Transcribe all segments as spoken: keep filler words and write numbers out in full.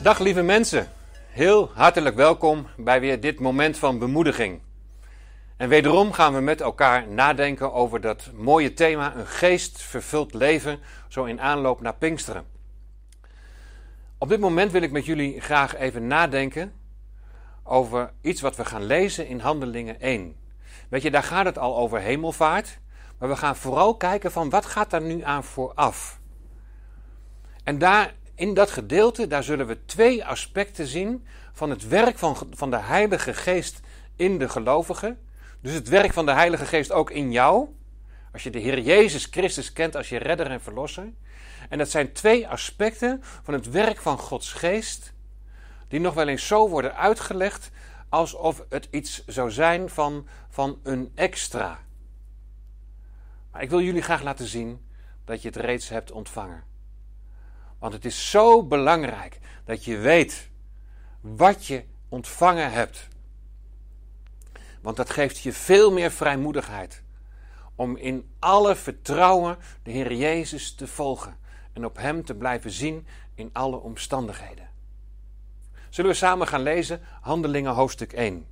Dag lieve mensen, heel hartelijk welkom bij weer dit moment van bemoediging. En wederom gaan we met elkaar nadenken over dat mooie thema, een geestvervuld leven, zo in aanloop naar Pinksteren. Op dit moment wil ik met jullie graag even nadenken over iets wat we gaan lezen in Handelingen één. Weet je, daar gaat het al over hemelvaart, maar we gaan vooral kijken van wat gaat daar nu aan vooraf. En daar, in dat gedeelte, daar zullen we twee aspecten zien van het werk van, van de Heilige Geest in de gelovigen. Dus het werk van de Heilige Geest ook in jou, als je de Heer Jezus Christus kent als je redder en verlosser. En dat zijn twee aspecten van het werk van Gods Geest, die nog wel eens zo worden uitgelegd alsof het iets zou zijn van, van een extra. Maar ik wil jullie graag laten zien dat je het reeds hebt ontvangen. Want het is zo belangrijk dat je weet wat je ontvangen hebt. Want dat geeft je veel meer vrijmoedigheid om in alle vertrouwen de Heer Jezus te volgen en op Hem te blijven zien in alle omstandigheden. Zullen we samen gaan lezen Handelingen hoofdstuk één.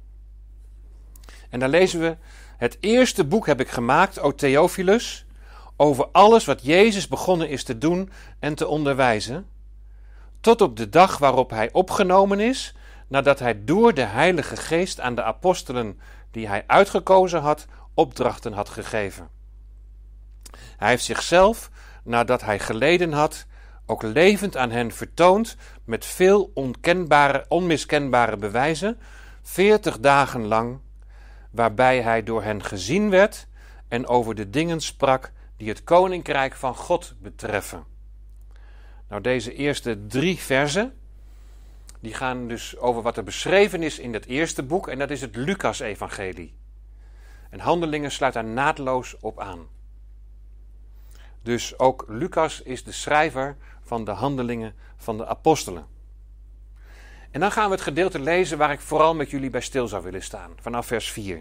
En daar lezen we: het eerste boek heb ik gemaakt, o Theophilus, over alles wat Jezus begonnen is te doen en te onderwijzen, tot op de dag waarop Hij opgenomen is, nadat Hij door de Heilige Geest aan de apostelen die Hij uitgekozen had, opdrachten had gegeven. Hij heeft zichzelf, nadat Hij geleden had, ook levend aan hen vertoond met veel onkenbare, onmiskenbare bewijzen, veertig dagen lang, waarbij Hij door hen gezien werd en over de dingen sprak die het koninkrijk van God betreffen. Nou, deze eerste drie versen, die gaan dus over wat er beschreven is in het eerste boek, en dat is het Lucas-evangelie. En Handelingen sluit daar naadloos op aan. Dus ook Lucas is de schrijver van de Handelingen van de apostelen. En dan gaan we het gedeelte lezen waar ik vooral met jullie bij stil zou willen staan, vanaf vers vier.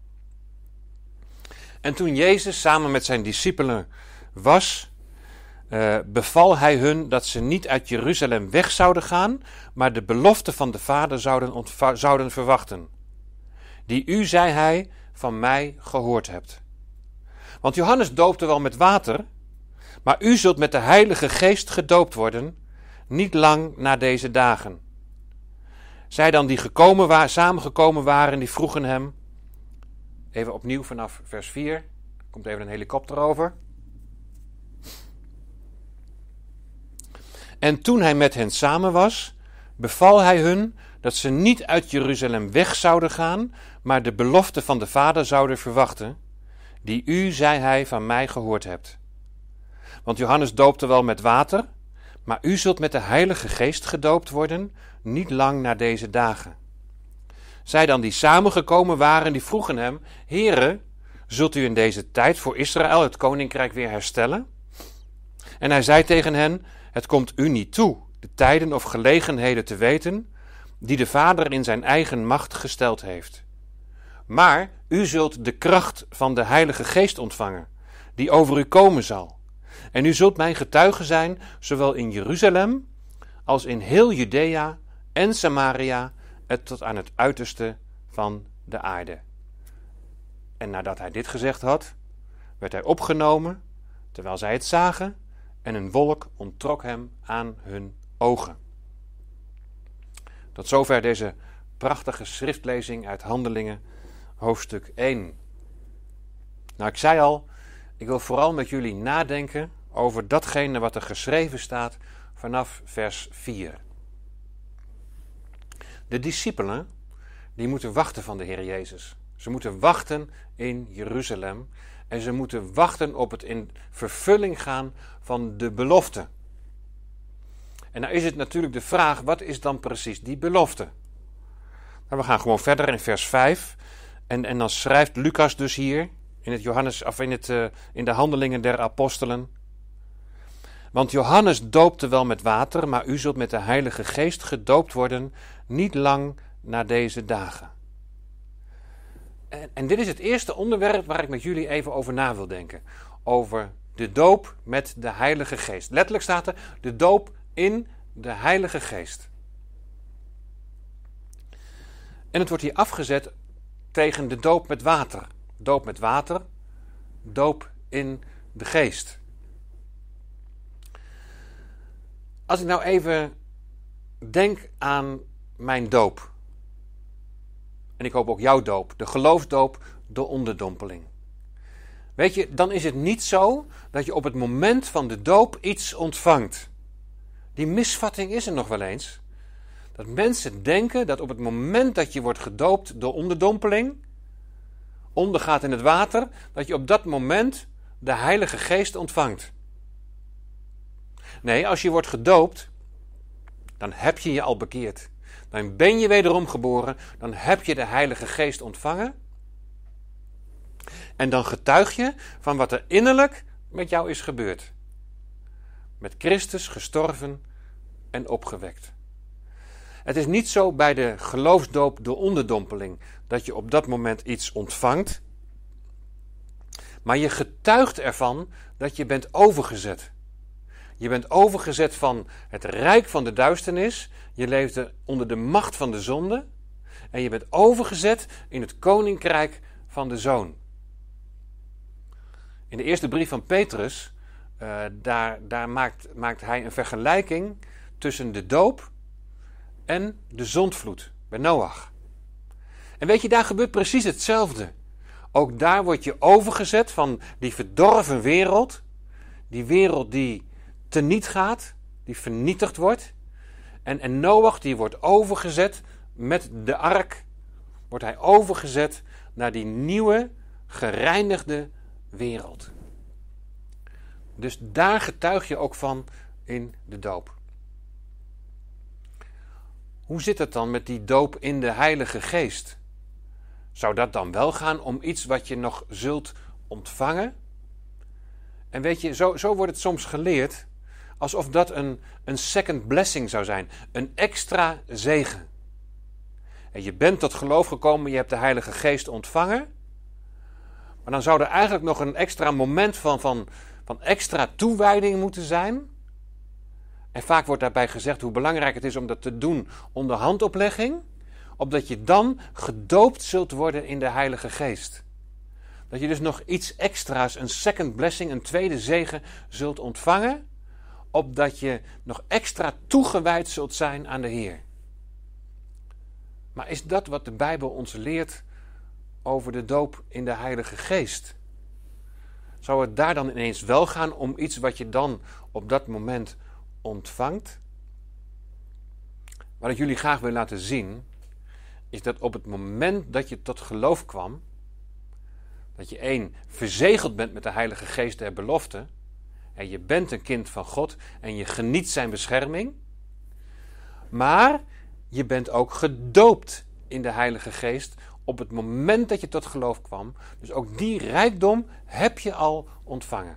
En toen Jezus samen met zijn discipelen was, uh, beval hij hun dat ze niet uit Jeruzalem weg zouden gaan, maar de belofte van de Vader zouden, ontva- zouden verwachten. Die u, zei hij, van mij gehoord hebt. Want Johannes doopte wel met water, maar u zult met de Heilige Geest gedoopt worden, niet lang na deze dagen. Zij dan die gekomen wa- samengekomen waren, die vroegen hem, even opnieuw vanaf vers vier. Er komt even een helikopter over. En toen hij met hen samen was, beval hij hun dat ze niet uit Jeruzalem weg zouden gaan, maar de belofte van de Vader zouden verwachten, die u, zei hij, van mij gehoord hebt. Want Johannes doopte wel met water, maar u zult met de Heilige Geest gedoopt worden, niet lang na deze dagen. Zij dan die samengekomen waren, die vroegen hem, Heere, zult u in deze tijd voor Israël het koninkrijk weer herstellen? En hij zei tegen hen, het komt u niet toe de tijden of gelegenheden te weten, die de Vader in zijn eigen macht gesteld heeft. Maar u zult de kracht van de Heilige Geest ontvangen, die over u komen zal. En u zult mijn getuige zijn, zowel in Jeruzalem, als in heel Judea en Samaria, en tot aan het uiterste van de aarde. En nadat hij dit gezegd had, werd hij opgenomen, terwijl zij het zagen, en een wolk onttrok hem aan hun ogen. Tot zover deze prachtige schriftlezing uit Handelingen, hoofdstuk één. Nou, ik zei al, ik wil vooral met jullie nadenken over datgene wat er geschreven staat vanaf vers vier. De discipelen, die moeten wachten van de Heer Jezus. Ze moeten wachten in Jeruzalem en ze moeten wachten op het in vervulling gaan van de belofte. En nou is het natuurlijk de vraag, wat is dan precies die belofte? Nou, we gaan gewoon verder in vers vijf. En, en dan schrijft Lucas dus hier, in, het Johannes, of in, het, uh, in de Handelingen der Apostelen. Want Johannes doopte wel met water, maar u zult met de Heilige Geest gedoopt worden, niet lang na deze dagen. En, en dit is het eerste onderwerp waar ik met jullie even over na wil denken. Over de doop met de Heilige Geest. Letterlijk staat er, de doop in de Heilige Geest. En het wordt hier afgezet tegen de doop met water. Doop met water, doop in de geest. Als ik nou even denk aan mijn doop. En ik hoop ook jouw doop. De geloofsdoop, de onderdompeling. Weet je, dan is het niet zo dat je op het moment van de doop iets ontvangt. Die misvatting is er nog wel eens. Dat mensen denken dat op het moment dat je wordt gedoopt door onderdompeling, ondergaat in het water, dat je op dat moment de Heilige Geest ontvangt. Nee, als je wordt gedoopt, dan heb je je al bekeerd. Dan ben je wederom geboren, dan heb je de Heilige Geest ontvangen. En dan getuig je van wat er innerlijk met jou is gebeurd. Met Christus gestorven en opgewekt. Het is niet zo bij de geloofsdoop door onderdompeling dat je op dat moment iets ontvangt. Maar je getuigt ervan dat je bent overgezet. Je bent overgezet van het rijk van de duisternis. Je leefde onder de macht van de zonde. En je bent overgezet in het koninkrijk van de Zoon. In de eerste brief van Petrus, uh, daar, daar maakt, maakt hij een vergelijking tussen de doop en de zondvloed bij Noach. En weet je, daar gebeurt precies hetzelfde. Ook daar word je overgezet van die verdorven wereld. Die wereld die teniet gaat, die vernietigd wordt. En, en Noach die wordt overgezet met de ark. Wordt hij overgezet naar die nieuwe, gereinigde wereld. Dus daar getuig je ook van in de doop. Hoe zit het dan met die doop in de Heilige Geest? Zou dat dan wel gaan om iets wat je nog zult ontvangen? En weet je, zo, zo wordt het soms geleerd, alsof dat een, een second blessing zou zijn. Een extra zegen. En je bent tot geloof gekomen, je hebt de Heilige Geest ontvangen. Maar dan zou er eigenlijk nog een extra moment van, van, van extra toewijding moeten zijn. En vaak wordt daarbij gezegd hoe belangrijk het is om dat te doen onder handoplegging. Opdat je dan gedoopt zult worden in de Heilige Geest. Dat je dus nog iets extra's, een second blessing, een tweede zegen zult ontvangen. Opdat je nog extra toegewijd zult zijn aan de Heer. Maar is dat wat de Bijbel ons leert over de doop in de Heilige Geest? Zou het daar dan ineens wel gaan om iets wat je dan op dat moment ontvangt? Wat ik jullie graag wil laten zien, is dat op het moment dat je tot geloof kwam, dat je één, verzegeld bent met de Heilige Geest der belofte, en je bent een kind van God en je geniet zijn bescherming, maar je bent ook gedoopt in de Heilige Geest op het moment dat je tot geloof kwam. Dus ook die rijkdom heb je al ontvangen.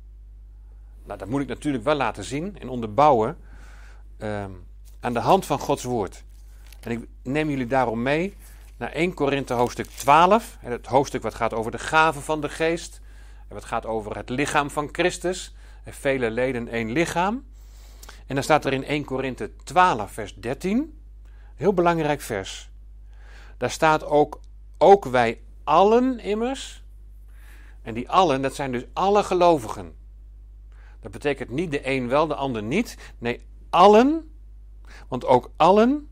Nou, dat moet ik natuurlijk wel laten zien en onderbouwen uh, aan de hand van Gods woord. En ik neem jullie daarom mee naar Eerste Korinthe hoofdstuk twaalf. Het hoofdstuk wat gaat over de gaven van de geest. En wat gaat over het lichaam van Christus. En vele leden één lichaam. En dan staat er in Eerste Korinthe twaalf vers dertien. Heel belangrijk vers. Daar staat ook, ook wij allen immers. En die allen, dat zijn dus alle gelovigen. Dat betekent niet de een wel, de ander niet. Nee, allen. Want ook allen.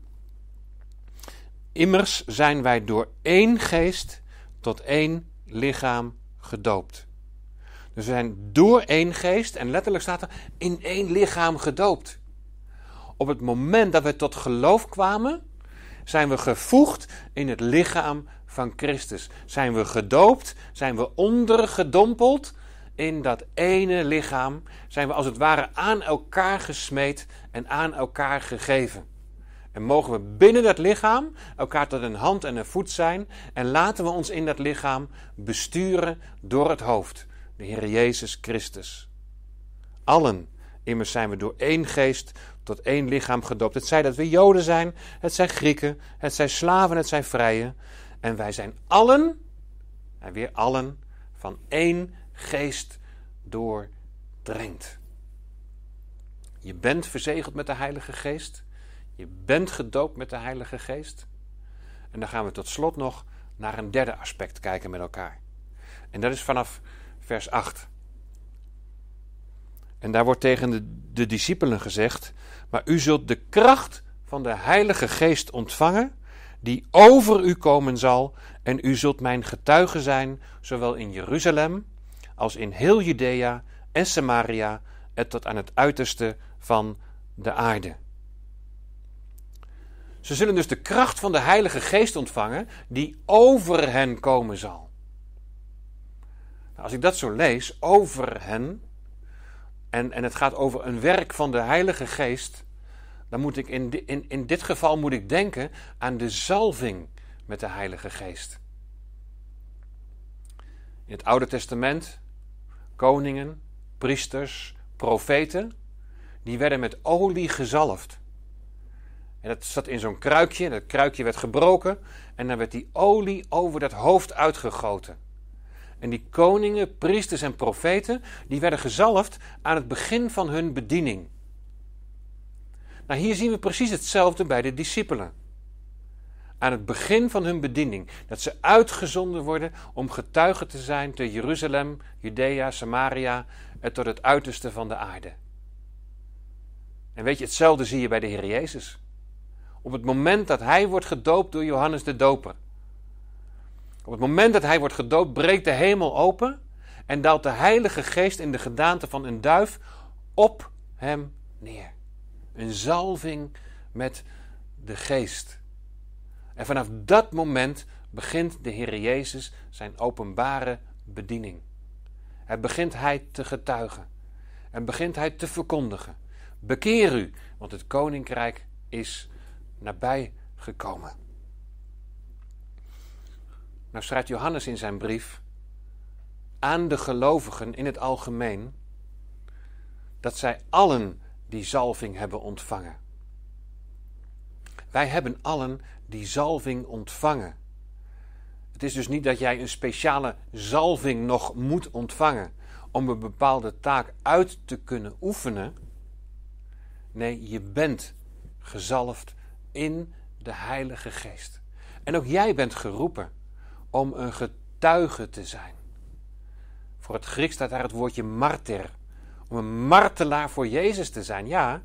Immers zijn wij door één geest tot één lichaam gedoopt. Dus we zijn door één geest, en letterlijk staat er, in één lichaam gedoopt. Op het moment dat we tot geloof kwamen, zijn we gevoegd in het lichaam van Christus. Zijn we gedoopt, zijn we ondergedompeld in dat ene lichaam. Zijn we als het ware aan elkaar gesmeed en aan elkaar gegeven. En mogen we binnen dat lichaam elkaar tot een hand en een voet zijn. En laten we ons in dat lichaam besturen door het hoofd. De Heer Jezus Christus. Allen immers zijn we door één geest tot één lichaam gedoopt. Het zij dat we Joden zijn, het zijn Grieken, het zijn slaven, het zijn vrije. En wij zijn allen, en weer allen, van één geest doordrenkt. Je bent verzegeld met de Heilige Geest. Je bent gedoopt met de Heilige Geest. En En dan gaan we tot slot nog naar een derde aspect kijken met elkaar. En dat is vanaf vers acht. En daar wordt tegen de, de discipelen gezegd: maar u zult de kracht van de Heilige Geest ontvangen, die over u komen zal, en u zult mijn getuige zijn, zowel in Jeruzalem als in heel Judea en Samaria en tot aan het uiterste van de aarde. Ze zullen dus de kracht van de Heilige Geest ontvangen, die over hen komen zal. Nou, als ik dat zo lees, over hen, en, en het gaat over een werk van de Heilige Geest, dan moet ik in, in, in dit geval moet ik denken aan de zalving met de Heilige Geest. In het Oude Testament, koningen, priesters, profeten, die werden met olie gezalfd. En dat zat in zo'n kruikje, dat kruikje werd gebroken en dan werd die olie over dat hoofd uitgegoten. En die koningen, priesters en profeten, die werden gezalfd aan het begin van hun bediening. Nou, hier zien we precies hetzelfde bij de discipelen. Aan het begin van hun bediening, dat ze uitgezonden worden om getuige te zijn te Jeruzalem, Judea, Samaria en tot het uiterste van de aarde. En weet je, hetzelfde zie je bij de Heer Jezus. Op het moment dat hij wordt gedoopt door Johannes de Doper. Op het moment dat hij wordt gedoopt, breekt de hemel open en daalt de Heilige Geest in de gedaante van een duif op hem neer. Een zalving met de Geest. En vanaf dat moment begint de Heer Jezus zijn openbare bediening. En begint hij te getuigen. En begint hij te verkondigen. Bekeer u, want het koninkrijk is nabij gekomen. Nou schrijft Johannes in zijn brief aan de gelovigen in het algemeen dat zij allen die zalving hebben ontvangen. Wij hebben allen die zalving ontvangen. Het is dus niet dat jij een speciale zalving nog moet ontvangen om een bepaalde taak uit te kunnen oefenen. Nee, je bent gezalfd in de Heilige Geest. En ook jij bent geroepen om een getuige te zijn. Voor het Grieks staat daar het woordje martyr. Om een martelaar voor Jezus te zijn. Ja,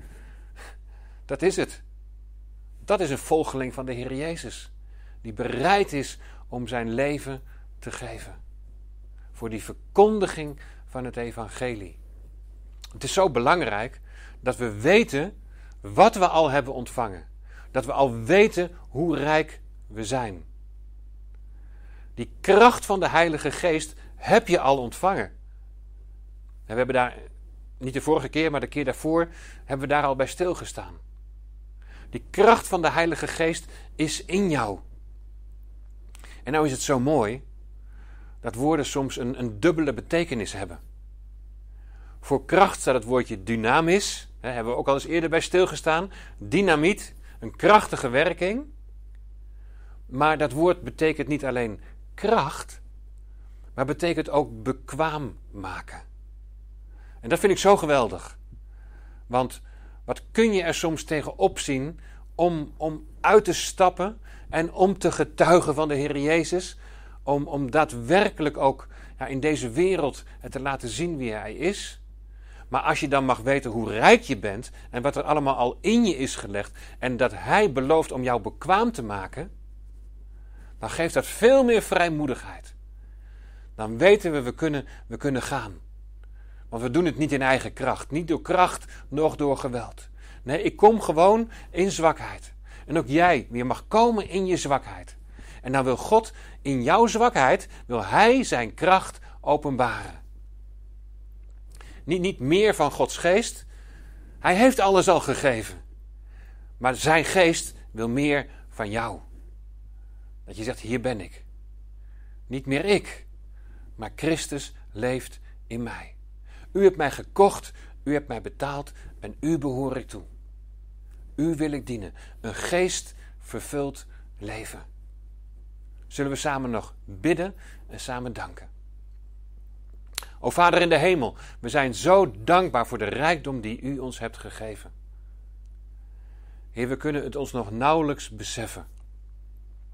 dat is het. Dat is een volgeling van de Heer Jezus. Die bereid is om zijn leven te geven. Voor die verkondiging van het evangelie. Het is zo belangrijk dat we weten wat we al hebben ontvangen. Dat we al weten hoe rijk we zijn. Die kracht van de Heilige Geest heb je al ontvangen. En we hebben daar, niet de vorige keer, maar de keer daarvoor, hebben we daar al bij stilgestaan. Die kracht van de Heilige Geest is in jou. En nou is het zo mooi dat woorden soms een, een dubbele betekenis hebben. Voor kracht staat het woordje dynamis. Daar hebben we ook al eens eerder bij stilgestaan. Dynamiet, een krachtige werking. Maar dat woord betekent niet alleen kracht, maar betekent ook bekwaam maken. En dat vind ik zo geweldig. Want wat kun je er soms tegen opzien om, om uit te stappen en om te getuigen van de Heer Jezus, om, om daadwerkelijk ook ja, in deze wereld het te laten zien wie Hij is. Maar als je dan mag weten hoe rijk je bent en wat er allemaal al in je is gelegd en dat Hij belooft om jou bekwaam te maken, dan geeft dat veel meer vrijmoedigheid. Dan weten we, we kunnen, we kunnen gaan. Want we doen het niet in eigen kracht. Niet door kracht, noch door geweld. Nee, ik kom gewoon in zwakheid. En ook jij, je mag komen in je zwakheid. En dan wil God in jouw zwakheid, wil Hij zijn kracht openbaren. Niet, niet meer van Gods geest. Hij heeft alles al gegeven. Maar zijn geest wil meer van jou. Dat je zegt, hier ben ik. Niet meer ik, maar Christus leeft in mij. U hebt mij gekocht, u hebt mij betaald en u behoor ik toe. U wil ik dienen. Een geestvervuld leven. Zullen we samen nog bidden en samen danken. O Vader in de hemel, we zijn zo dankbaar voor de rijkdom die u ons hebt gegeven. Heer, we kunnen het ons nog nauwelijks beseffen.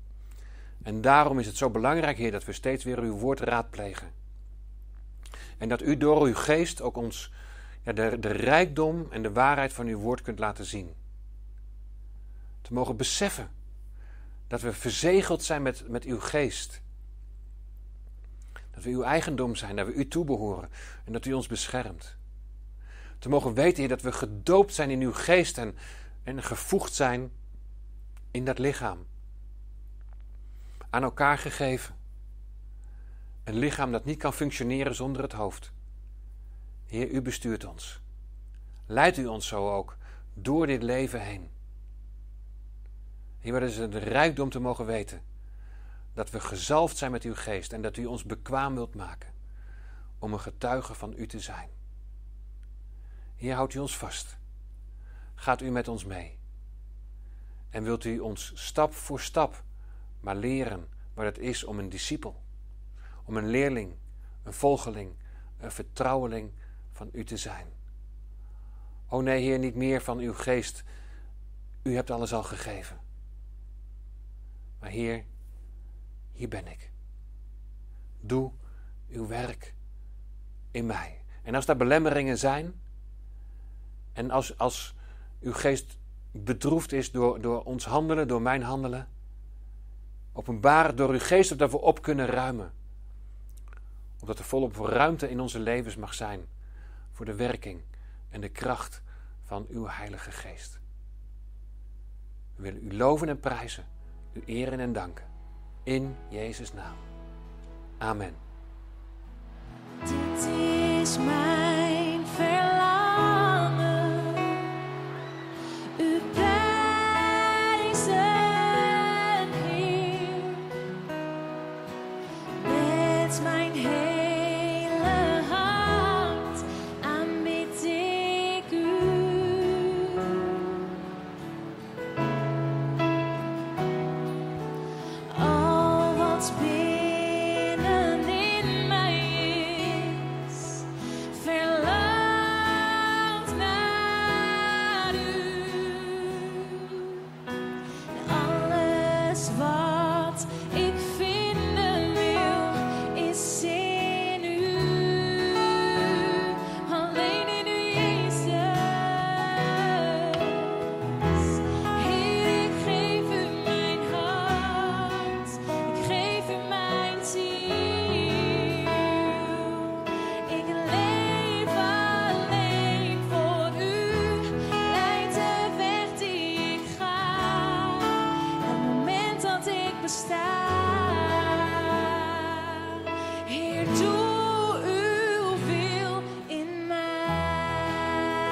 En daarom is het zo belangrijk, Heer, dat we steeds weer uw woord raadplegen. En dat u door uw geest ook ons ja, de, de rijkdom en de waarheid van uw woord kunt laten zien. Te mogen beseffen dat we verzegeld zijn met, met uw geest. Dat we uw eigendom zijn, dat we u toebehoren en dat u ons beschermt. Te mogen weten, Heer, dat we gedoopt zijn in uw geest en, en gevoegd zijn in dat lichaam. Aan elkaar gegeven. Een lichaam dat niet kan functioneren zonder het hoofd. Heer, u bestuurt ons. Leidt u ons zo ook door dit leven heen. Heer, wat is het rijkdom te mogen weten dat we gezalfd zijn met uw geest en dat u ons bekwaam wilt maken om een getuige van u te zijn. Heer, houdt u ons vast. Gaat u met ons mee. En wilt u ons stap voor stap maar leren wat het is om een discipel, om een leerling, een volgeling, een vertrouweling van u te zijn. O nee, Heer, niet meer van uw geest. U hebt alles al gegeven. Maar Heer, hier ben ik. Doe uw werk in mij. En als daar belemmeringen zijn, en als, als uw geest bedroefd is door, door ons handelen, door mijn handelen, openbaar door uw geest opdat we op kunnen ruimen. Opdat er volop ruimte in onze levens mag zijn voor de werking en de kracht van uw Heilige Geest. We willen u loven en prijzen, u eren en danken. In Jezus' naam. Amen. Dit is mijn verlangen, u prijzen, Heer, met mijn hele hart aanbid ik u. Al wat binnenin mij is, verlangt naar u. Alles wat ik vinden wil, is in u. Alleen in u, Jezus. Heer, ik geef u mijn hart, ik geef u mijn ziel. Ik leef alleen voor u, leid de weg die ik ga. Het moment dat ik besta. Heer, doe uw wil in mij.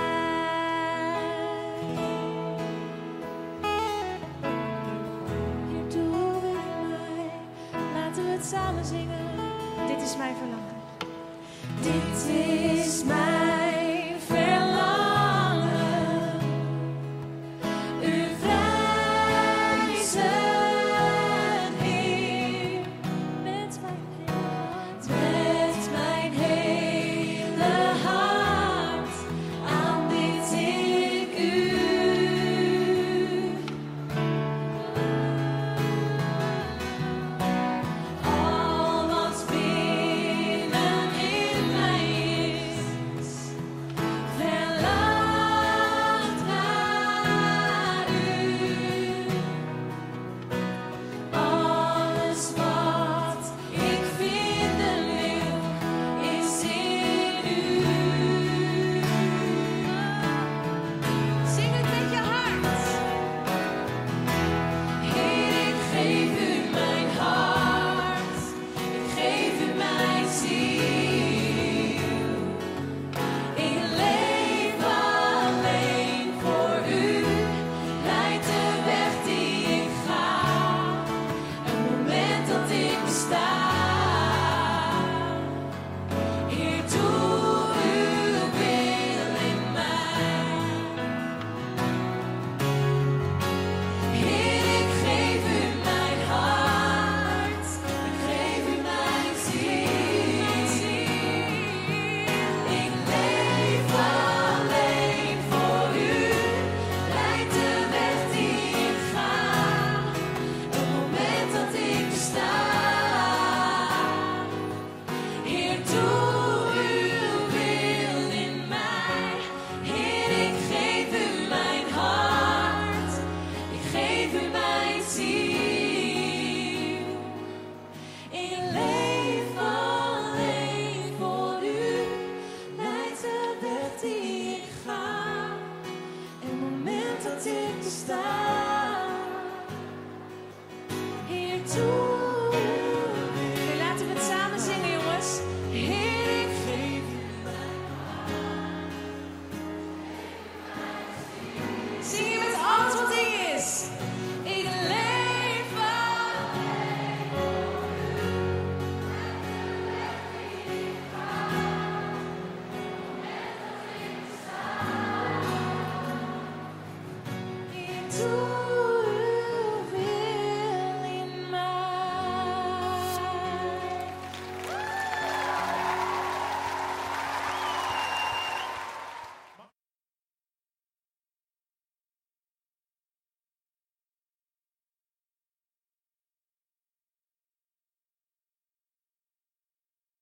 Heer, doe uw wil in mij. Laten we het samen zingen. Dit is mijn verlangen. Dit is mijn verlangen. U prijzen, Heer, met mijn hart, met mijn hele hart aanbid ik u. Al wat binnenin mij is, toe.